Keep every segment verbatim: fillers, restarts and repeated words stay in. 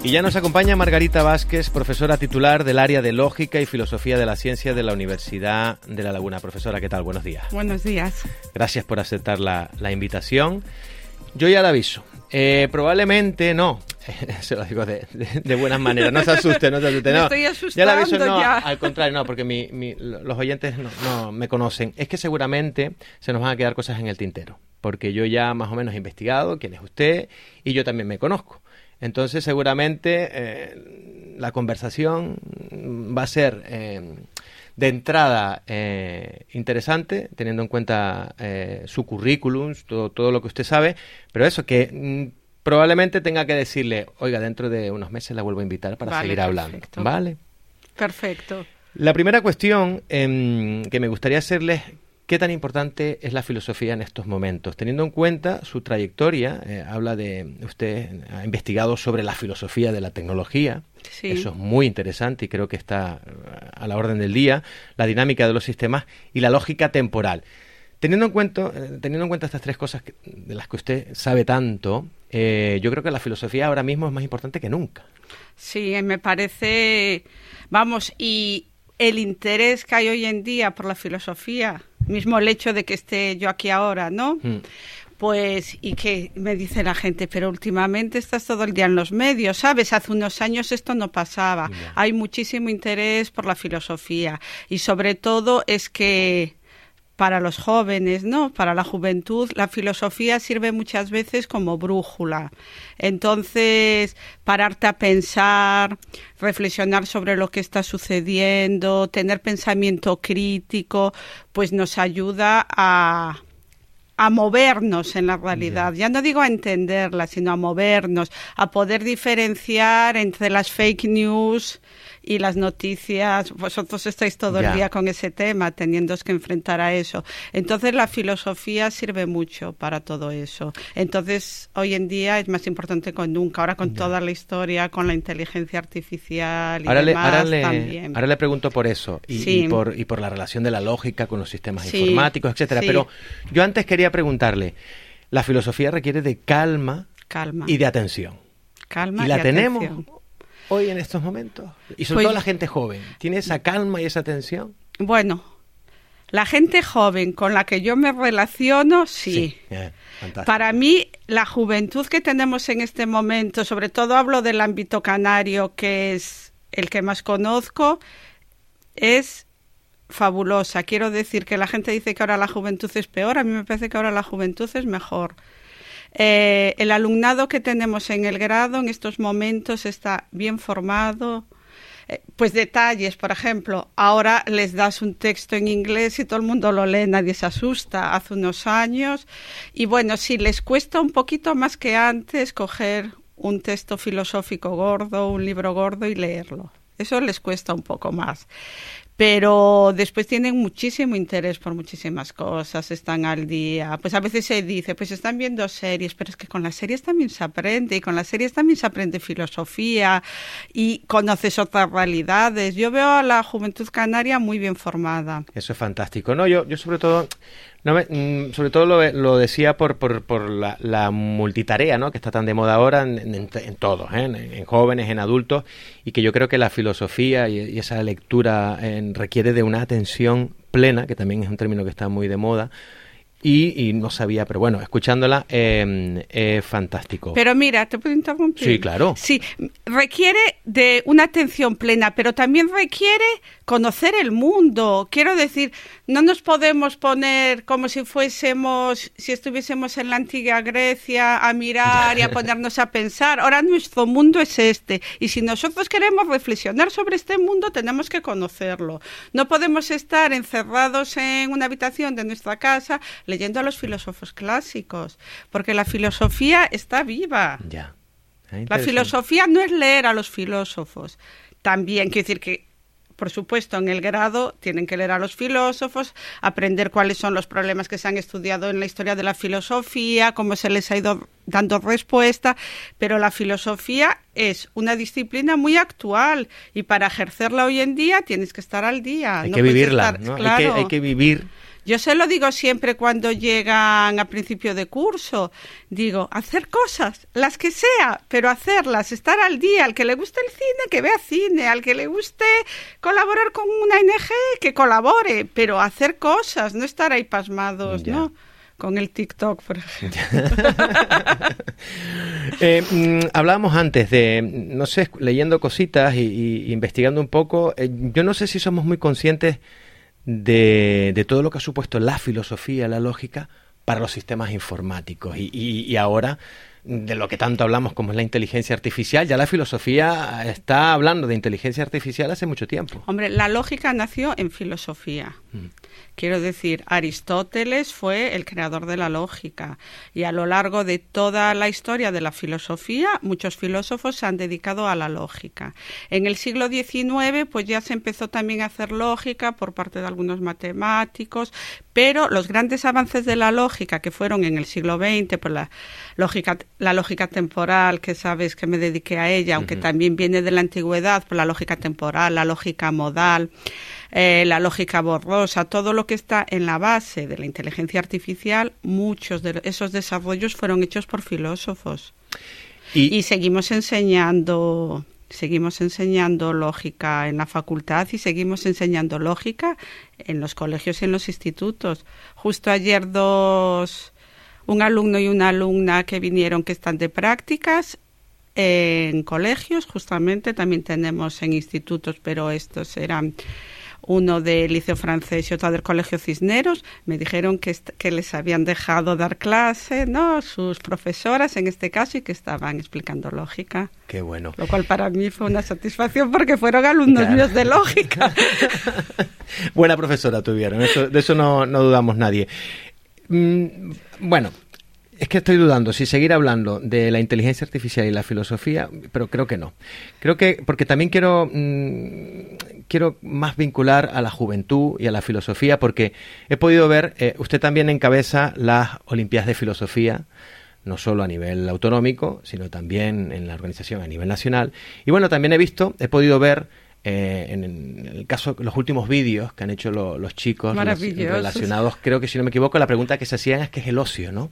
Y ya nos acompaña Margarita Vázquez, profesora titular del área de Lógica y Filosofía de la Ciencia de la Universidad de La Laguna. Profesora, ¿qué tal? Buenos días. Buenos días. Gracias por aceptar la, la invitación. Yo ya la aviso. Eh, probablemente no. Se lo digo de, de, de buenas maneras. No se asuste, no se asuste. No. Me estoy asustando ya. La aviso, no, ya. Al contrario, no, porque mi, mi, los oyentes no, no me conocen. Es que seguramente se nos van a quedar cosas en el tintero. Porque yo ya más o menos he investigado quién es usted y yo también me conozco. Entonces, seguramente eh, la conversación va a ser eh, de entrada eh, interesante, teniendo en cuenta eh, su currículum, todo, todo lo que usted sabe, pero eso, que mm, probablemente tenga que decirle, oiga, dentro de unos meses la vuelvo a invitar para vale, seguir hablando. Perfecto. ¿Vale? Perfecto. La primera cuestión eh, que me gustaría hacerles... ¿Qué tan importante es la filosofía en estos momentos? Teniendo en cuenta su trayectoria, eh, habla de, usted ha investigado sobre la filosofía de la tecnología, sí. Eso es muy interesante y creo que está a la orden del día, la dinámica de los sistemas y la lógica temporal. Teniendo en cuenta, eh, teniendo en cuenta estas tres cosas que, de las que usted sabe tanto, eh, yo creo que la filosofía ahora mismo es más importante que nunca. Sí, me parece, vamos, y el interés que hay hoy en día por la filosofía, mismo el hecho de que esté yo aquí ahora, ¿no? Mm. Pues, y que me dice la gente, pero últimamente estás todo el día en los medios, ¿sabes? Hace unos años esto no pasaba. Yeah. Hay muchísimo interés por la filosofía y sobre todo es que para los jóvenes, ¿no? Para la juventud, la filosofía sirve muchas veces como brújula. Entonces, pararte a pensar, reflexionar sobre lo que está sucediendo, tener pensamiento crítico, pues nos ayuda a, a movernos en la realidad. Ya no digo a entenderla, sino a movernos, a poder diferenciar entre las fake news y las noticias. Vosotros estáis todo ya. el día con ese tema, teniéndoos que enfrentar a eso. Entonces la filosofía sirve mucho para todo eso. Entonces hoy en día es más importante que nunca, ahora con ya. toda la historia, con la inteligencia artificial y ahora demás le, ahora le, también. Ahora le pregunto por eso y, sí. y, por, y por la relación de la lógica con los sistemas sí. informáticos, etcétera. Sí. Pero yo antes quería preguntarle, la filosofía requiere de calma, calma. y de atención. Calma y la y tenemos atención. Hoy en estos momentos, y sobre pues, todo la gente joven, ¿tiene esa calma y esa atención? Bueno, la gente joven con la que yo me relaciono, sí. sí yeah, Para mí, la juventud que tenemos en este momento, sobre todo hablo del ámbito canario, que es el que más conozco, es fabulosa. Quiero decir que la gente dice que ahora la juventud es peor, a mí me parece que ahora la juventud es mejor. Eh, el alumnado que tenemos en el grado en estos momentos está bien formado, eh, pues detalles, por ejemplo, ahora les das un texto en inglés y todo el mundo lo lee, nadie se asusta, hace unos años, y bueno, sí, les cuesta un poquito más que antes coger un texto filosófico gordo, un libro gordo y leerlo, eso les cuesta un poco más. Pero después tienen muchísimo interés por muchísimas cosas, están al día. Pues a veces se dice, pues están viendo series, pero es que con las series también se aprende, y con las series también se aprende filosofía y conoces otras realidades. Yo veo a la juventud canaria muy bien formada. Eso es fantástico. No, yo, yo sobre todo... No me, sobre todo lo, lo decía por, por, por la, la multitarea, ¿no? Que está tan de moda ahora en, en, en todos, ¿eh? en, en jóvenes, en adultos, y que yo creo que la filosofía y, y esa lectura eh, requiere de una atención plena, que también es un término que está muy de moda, y, y no sabía, pero bueno, escuchándola es eh, fantástico. Pero mira, ¿te puedo interrumpir? Sí, claro. Sí, requiere de una atención plena, pero también requiere conocer el mundo. Quiero decir, no nos podemos poner como si fuésemos, si estuviésemos en la antigua Grecia a mirar y a ponernos a pensar. Ahora nuestro mundo es este, y si nosotros queremos reflexionar sobre este mundo, tenemos que conocerlo. No podemos estar encerrados en una habitación de nuestra casa leyendo a los filósofos clásicos, porque la filosofía está viva. Ya. La filosofía no es leer a los filósofos. También quiere decir que, por supuesto, en el grado tienen que leer a los filósofos, aprender cuáles son los problemas que se han estudiado en la historia de la filosofía, cómo se les ha ido dando respuesta, pero la filosofía es una disciplina muy actual y para ejercerla hoy en día tienes que estar al día. Hay no que vivirla, estar, ¿no? Claro. Hay que, hay que vivir. Yo se lo digo siempre cuando llegan a principio de curso. Digo, hacer cosas, las que sea, pero hacerlas, estar al día. Al que le guste el cine, que vea cine. Al que le guste colaborar con una O N G, que colabore. Pero hacer cosas, no estar ahí pasmados, ya. ¿no? Con el TikTok, por ejemplo. eh, mm, hablábamos antes de, no sé, leyendo cositas y, y investigando un poco. Eh, yo no sé si somos muy conscientes De, de todo lo que ha supuesto la filosofía, la lógica para los sistemas informáticos y, y, y ahora de lo que tanto hablamos como es la inteligencia artificial. Ya la filosofía está hablando de inteligencia artificial hace mucho tiempo. Hombre, la lógica nació en filosofía. Mm. Quiero decir, Aristóteles fue el creador de la lógica y a lo largo de toda la historia de la filosofía muchos filósofos se han dedicado a la lógica. En el siglo diecinueve pues ya se empezó también a hacer lógica por parte de algunos matemáticos, pero los grandes avances de la lógica que fueron en el siglo veinte, pues la lógica, la lógica temporal, que sabes que me dediqué a ella, aunque uh-huh. también viene de la antigüedad, pues la lógica temporal, la lógica modal, Eh, la lógica borrosa, todo lo que está en la base de la inteligencia artificial, muchos de esos desarrollos fueron hechos por filósofos. Y, y seguimos enseñando, seguimos enseñando lógica en la facultad y seguimos enseñando lógica en los colegios y en los institutos. Justo ayer dos, un alumno y una alumna que vinieron que están de prácticas en colegios, justamente, también tenemos en institutos, pero estos eran uno del Liceo Francés y otro del Colegio Cisneros. Me dijeron que, est- que les habían dejado dar clase, ¿no?, sus profesoras en este caso, y que estaban explicando lógica. Qué bueno. Lo cual para mí fue una satisfacción porque fueron alumnos claro. míos de lógica. Buena profesora tuvieron, eso, de eso no, no dudamos nadie. Mm, bueno, es que estoy dudando si seguir hablando de la inteligencia artificial y la filosofía, pero creo que no. Creo que, porque también quiero, mmm, quiero más vincular a la juventud y a la filosofía, porque he podido ver, eh, usted también encabeza las Olimpiadas de Filosofía, no solo a nivel autonómico, sino también en la organización a nivel nacional. Y bueno, también he visto, he podido ver, Eh, en, en el caso, los últimos vídeos que han hecho lo, los chicos los, relacionados, creo que si no me equivoco, la pregunta que se hacían es qué es el ocio, ¿no?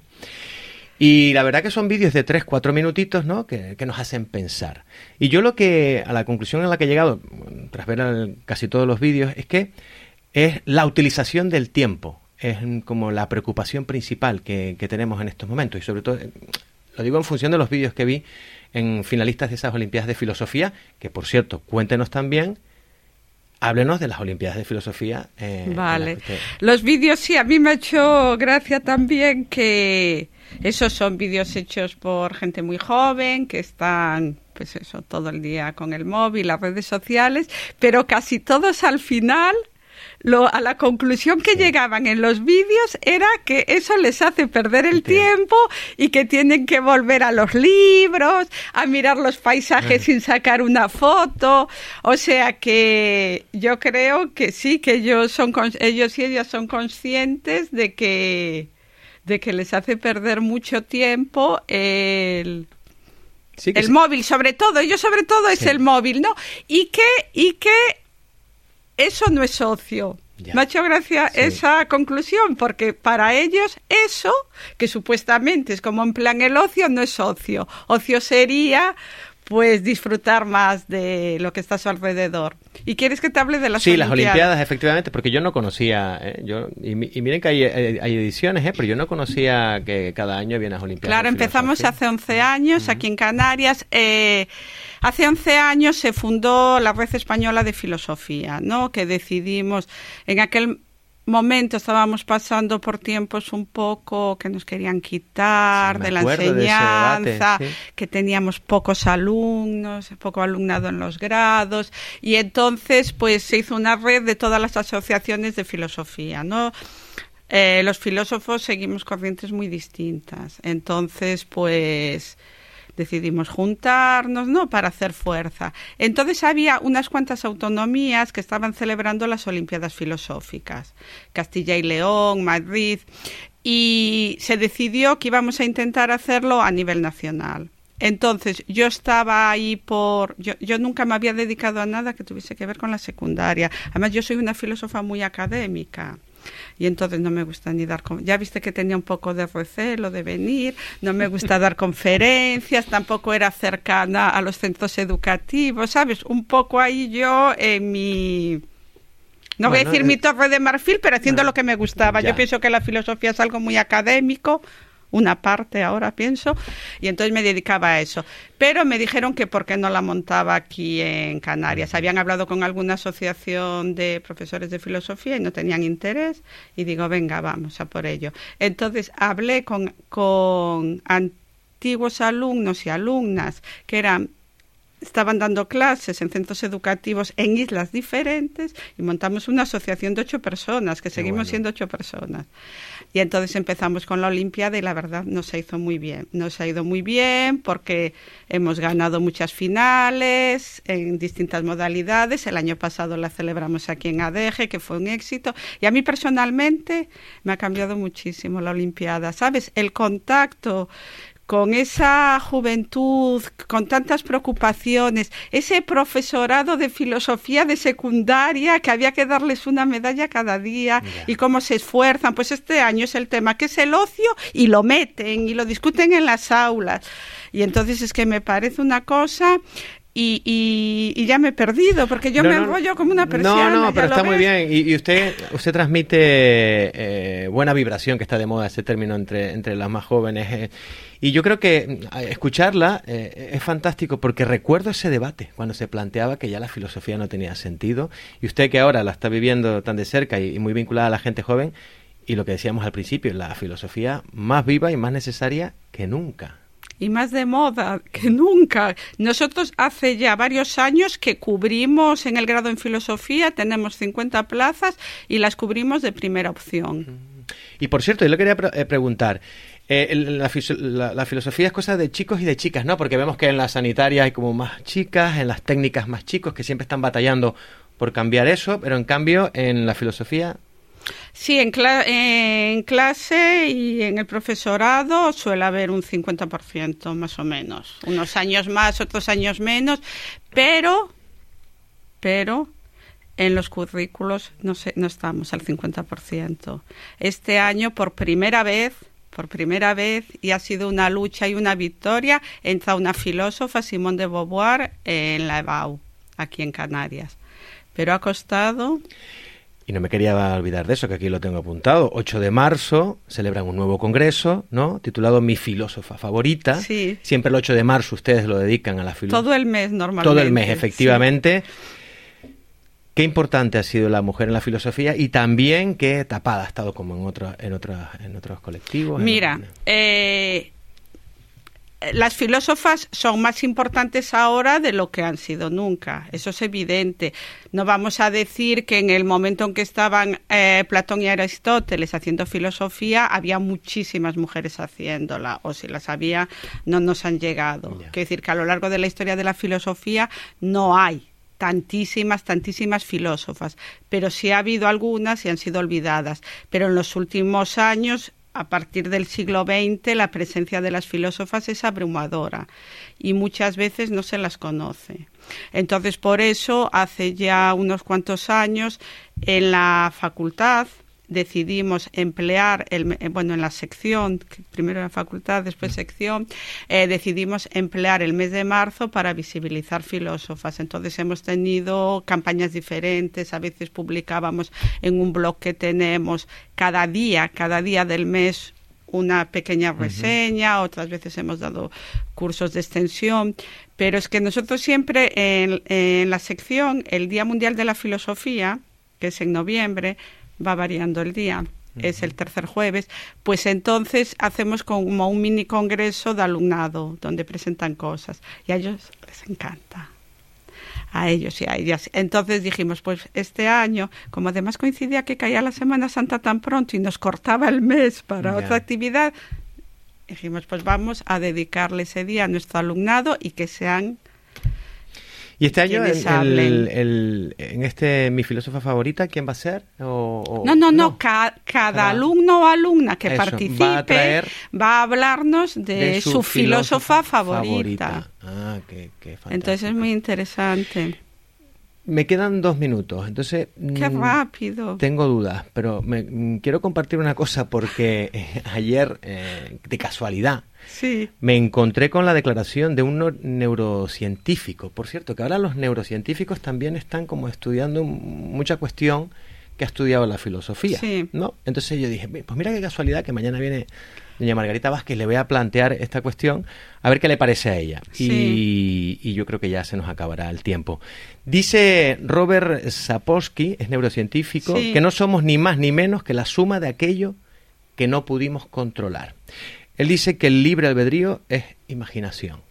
Y la verdad que son vídeos de tres, cuatro minutitos, ¿no?, que, que nos hacen pensar. Y yo lo que, a la conclusión a la que he llegado, tras ver el, casi todos los vídeos, es que es la utilización del tiempo, es como la preocupación principal que, que tenemos en estos momentos, y sobre todo, lo digo en función de los vídeos que vi en finalistas de esas Olimpiadas de Filosofía, que por cierto, cuéntenos también, háblenos de las Olimpiadas de Filosofía. Eh, vale, usted... los vídeos sí, a mí me ha hecho gracia también que esos son vídeos hechos por gente muy joven, que están, pues eso, todo el día con el móvil, las redes sociales, pero casi todos al final... Lo, a la conclusión que sí. llegaban en los vídeos era que eso les hace perder el Entiendo. tiempo y que tienen que volver a los libros, a mirar los paisajes sin sacar una foto. O sea que yo creo que sí, que ellos son ellos y ellas son conscientes de que de que les hace perder mucho tiempo el sí el sí. móvil, sobre todo. Ellos sobre todo es sí. el móvil, ¿no? Y que y que eso no es ocio. Ya. Me ha hecho gracia sí. esa conclusión, porque para ellos eso, que supuestamente es como en plan el ocio, no es ocio. Ocio sería, pues, disfrutar más de lo que está a su alrededor. ¿Y quieres que te hable de las sí, Olimpiadas? Sí, las Olimpiadas, efectivamente, porque yo no conocía, eh, yo y, y miren que hay, hay ediciones, eh, pero yo no conocía que cada año había unas Olimpiadas. Claro, empezamos hace once años uh-huh. aquí en Canarias. Eh, hace once años se fundó la Red Española de Filosofía, ¿no?, que decidimos, en aquel momento estábamos pasando por tiempos un poco que nos querían quitar sí, de la enseñanza, de debate, sí. que teníamos pocos alumnos, poco alumnado en los grados, y entonces pues se hizo una red de todas las asociaciones de filosofía, ¿no? Eh, los filósofos seguimos corrientes muy distintas, entonces pues decidimos juntarnos, ¿no?, para hacer fuerza. Entonces había unas cuantas autonomías que estaban celebrando las Olimpiadas Filosóficas. Castilla y León, Madrid. y se decidió que íbamos a intentar hacerlo a nivel nacional. Entonces, yo estaba ahí por... Yo, yo nunca me había dedicado a nada que tuviese que ver con la secundaria. Además, yo soy una filósofa muy académica. Y entonces no me gusta ni dar... Ya viste que tenía un poco de recelo de venir, no me gusta dar conferencias, tampoco era cercana a los centros educativos, ¿sabes? Un poco ahí yo en mi... No bueno, voy a decir eh, mi torre de marfil, pero haciendo no, lo que me gustaba. Ya. Yo pienso que la filosofía es algo muy académico, una parte ahora pienso, y entonces me dedicaba a eso. Pero me dijeron que por qué no la montaba aquí en Canarias. Habían hablado con alguna asociación de profesores de filosofía y no tenían interés, y digo, venga, vamos a por ello. Entonces hablé con, con antiguos alumnos y alumnas que eran... estaban dando clases en centros educativos en islas diferentes y montamos una asociación de ocho personas, que Qué seguimos bueno. siendo ocho personas. Y entonces empezamos con la Olimpiada y la verdad nos ha ido muy bien. Nos ha ido muy bien porque hemos ganado muchas finales en distintas modalidades. El año pasado la celebramos aquí en Adeje, que fue un éxito. Y a mí personalmente me ha cambiado muchísimo la Olimpiada. ¿Sabes? El contacto con esa juventud, con tantas preocupaciones, ese profesorado de filosofía de secundaria que había que darles una medalla cada día. Mira. Y cómo se esfuerzan. Pues este año es el tema, que es el ocio, y lo meten y lo discuten en las aulas. Y entonces es que me parece una cosa... Y, y, y ya me he perdido, porque yo no, me no, enrollo como una persiana. No, no, pero está ves. muy bien. Y, y usted usted transmite eh, buena vibración, que está de moda ese término entre, entre las más jóvenes. Eh. Y yo creo que escucharla eh, es fantástico, porque recuerdo ese debate cuando se planteaba que ya la filosofía no tenía sentido. Y usted, que ahora la está viviendo tan de cerca y, y muy vinculada a la gente joven, y lo que decíamos al principio, la filosofía más viva y más necesaria que nunca. Y más de moda que nunca. Nosotros hace ya varios años que cubrimos en el grado en filosofía, tenemos cincuenta plazas y las cubrimos de primera opción. Y por cierto, yo le quería pre- preguntar, eh, la, la, la filosofía es cosa de chicos y de chicas, ¿no? Porque vemos que en la sanitaria hay como más chicas, en las técnicas más chicos, que siempre están batallando por cambiar eso, pero en cambio en la filosofía... Sí, en, cla- en clase y en el profesorado suele haber un cincuenta por ciento más o menos. Unos años más, otros años menos, pero, pero en los currículos no, sé, no estamos al cincuenta por ciento. Este año, por primera vez, por primera vez, y ha sido una lucha y una victoria, entra una filósofa, Simone de Beauvoir, en la E B A U, aquí en Canarias. Pero ha costado... Y no me quería olvidar de eso, que aquí lo tengo apuntado. ocho de marzo celebran un nuevo congreso, ¿no? Titulado Mi filósofa favorita. Sí. Siempre el ocho de marzo ustedes lo dedican a la filosofía. Todo el mes, normalmente. Todo el mes, efectivamente. Sí. Qué importante ha sido la mujer en la filosofía, y también qué tapada ha estado como en otros en otros, en otros colectivos. Mira, en... eh... las filósofas son más importantes ahora de lo que han sido nunca, eso es evidente. No vamos a decir que en el momento en que estaban eh, Platón y Aristóteles haciendo filosofía, había muchísimas mujeres haciéndola, o si las había, no nos han llegado. Yeah. Quiero decir que a lo largo de la historia de la filosofía no hay tantísimas, tantísimas filósofas, pero sí ha habido algunas y han sido olvidadas. Pero en los últimos años, a partir del siglo veinte, la presencia de las filósofas es abrumadora y muchas veces no se las conoce. Entonces, por eso, hace ya unos cuantos años, en la facultad decidimos emplear, el, bueno, en la sección, primero en la facultad, después sección, eh, decidimos emplear el mes de marzo para visibilizar filósofas. Entonces hemos tenido campañas diferentes, a veces publicábamos en un blog que tenemos cada día, cada día del mes, una pequeña reseña, uh-huh. Otras veces hemos dado cursos de extensión, pero es que nosotros siempre en, en la sección, el Día Mundial de la Filosofía, que es en noviembre, va variando el día, uh-huh. Es el tercer jueves, pues entonces hacemos como un mini congreso de alumnado, donde presentan cosas, y a ellos les encanta, a ellos y a ellas. Entonces dijimos, pues este año, como además coincidía que caía la Semana Santa tan pronto y nos cortaba el mes para yeah. otra actividad, dijimos, pues vamos a dedicarle ese día a nuestro alumnado y que sean... ¿Y este año quienes el, hablen. el, el, en este Mi Filósofa Favorita, quién va a ser? O, o, no, no, no, no. Ca cada, Cada alumno o alumna que Eso, participe va a, traer va a hablarnos de, de su, su filósofa, filósofa favorita. favorita. Ah, qué, qué fantástico. Entonces es muy interesante. Me quedan dos minutos, entonces... ¡Qué mmm, rápido! Tengo dudas, pero me, mmm, quiero compartir una cosa porque eh, ayer, eh, de casualidad, sí. me encontré con la declaración de un no neurocientífico. Por cierto, que ahora los neurocientíficos también están como estudiando mucha cuestión que ha estudiado la filosofía, sí. ¿no? Entonces yo dije, pues mira qué casualidad que mañana viene doña Margarita Vázquez, le voy a plantear esta cuestión, a ver qué le parece a ella. Sí. Y, y yo creo que ya se nos acabará el tiempo. Dice Robert Sapolsky, es neurocientífico, sí. que no somos ni más ni menos que la suma de aquello que no pudimos controlar. Él dice que el libre albedrío es imaginación.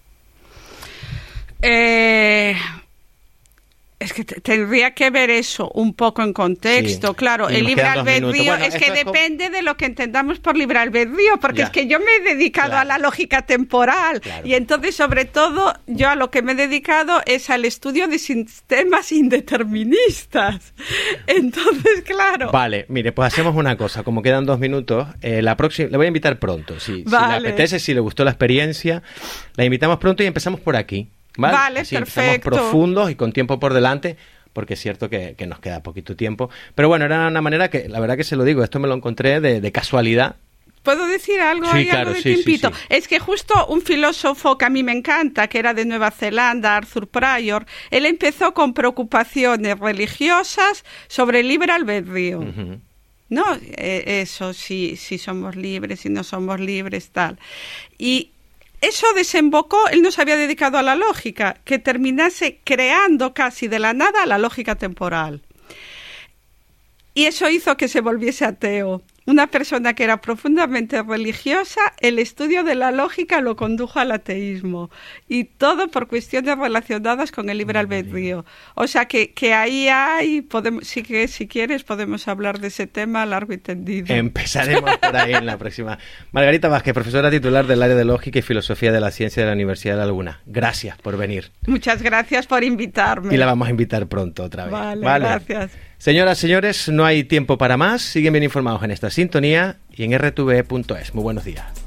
Eh... Es que tendría que ver eso un poco en contexto, sí. claro, y el libre albedrío, bueno, es que depende es como... de lo que entendamos por libre albedrío, porque ya. es que yo me he dedicado claro. a la lógica temporal, claro. y entonces sobre todo yo a lo que me he dedicado es al estudio de sistemas indeterministas, entonces claro. Vale, mire, pues hacemos una cosa, como quedan dos minutos, eh, la próxima, le voy a invitar pronto, si, vale. si le apetece, si le gustó la experiencia, la invitamos pronto y empezamos por aquí. Vale, vale Así perfecto. Profundos y con tiempo por delante, porque es cierto que, que nos queda poquito tiempo. Pero bueno, era una manera que, la verdad que se lo digo, esto me lo encontré de, de casualidad. ¿Puedo decir algo? Sí, ¿Hay claro, algo de sí, tiempito? sí, sí. Es que justo un filósofo que a mí me encanta, que era de Nueva Zelanda, Arthur Pryor, él empezó con preocupaciones religiosas sobre el libre albedrío. Uh-huh. ¿No? Eh, eso, si, si somos libres, si no somos libres, tal. Y eso desembocó, él no se había dedicado a la lógica, que terminase creando casi de la nada la lógica temporal. Y eso hizo que se volviese ateo. Una persona que era profundamente religiosa, el estudio de la lógica lo condujo al ateísmo. Y todo por cuestiones relacionadas con el libre albedrío. O sea que, que ahí hay, podemos, sí que si quieres podemos hablar de ese tema largo y tendido. Empezaremos por ahí en la próxima. Margarita Vázquez, profesora titular del área de Lógica y Filosofía de la Ciencia de la Universidad de La Laguna. Gracias por venir. Muchas gracias por invitarme. Y la vamos a invitar pronto otra vez. Vale, vale. Gracias. Señoras, señores, no hay tiempo para más. Siguen bien informados en esta sintonía y en r t v punto es. Muy buenos días.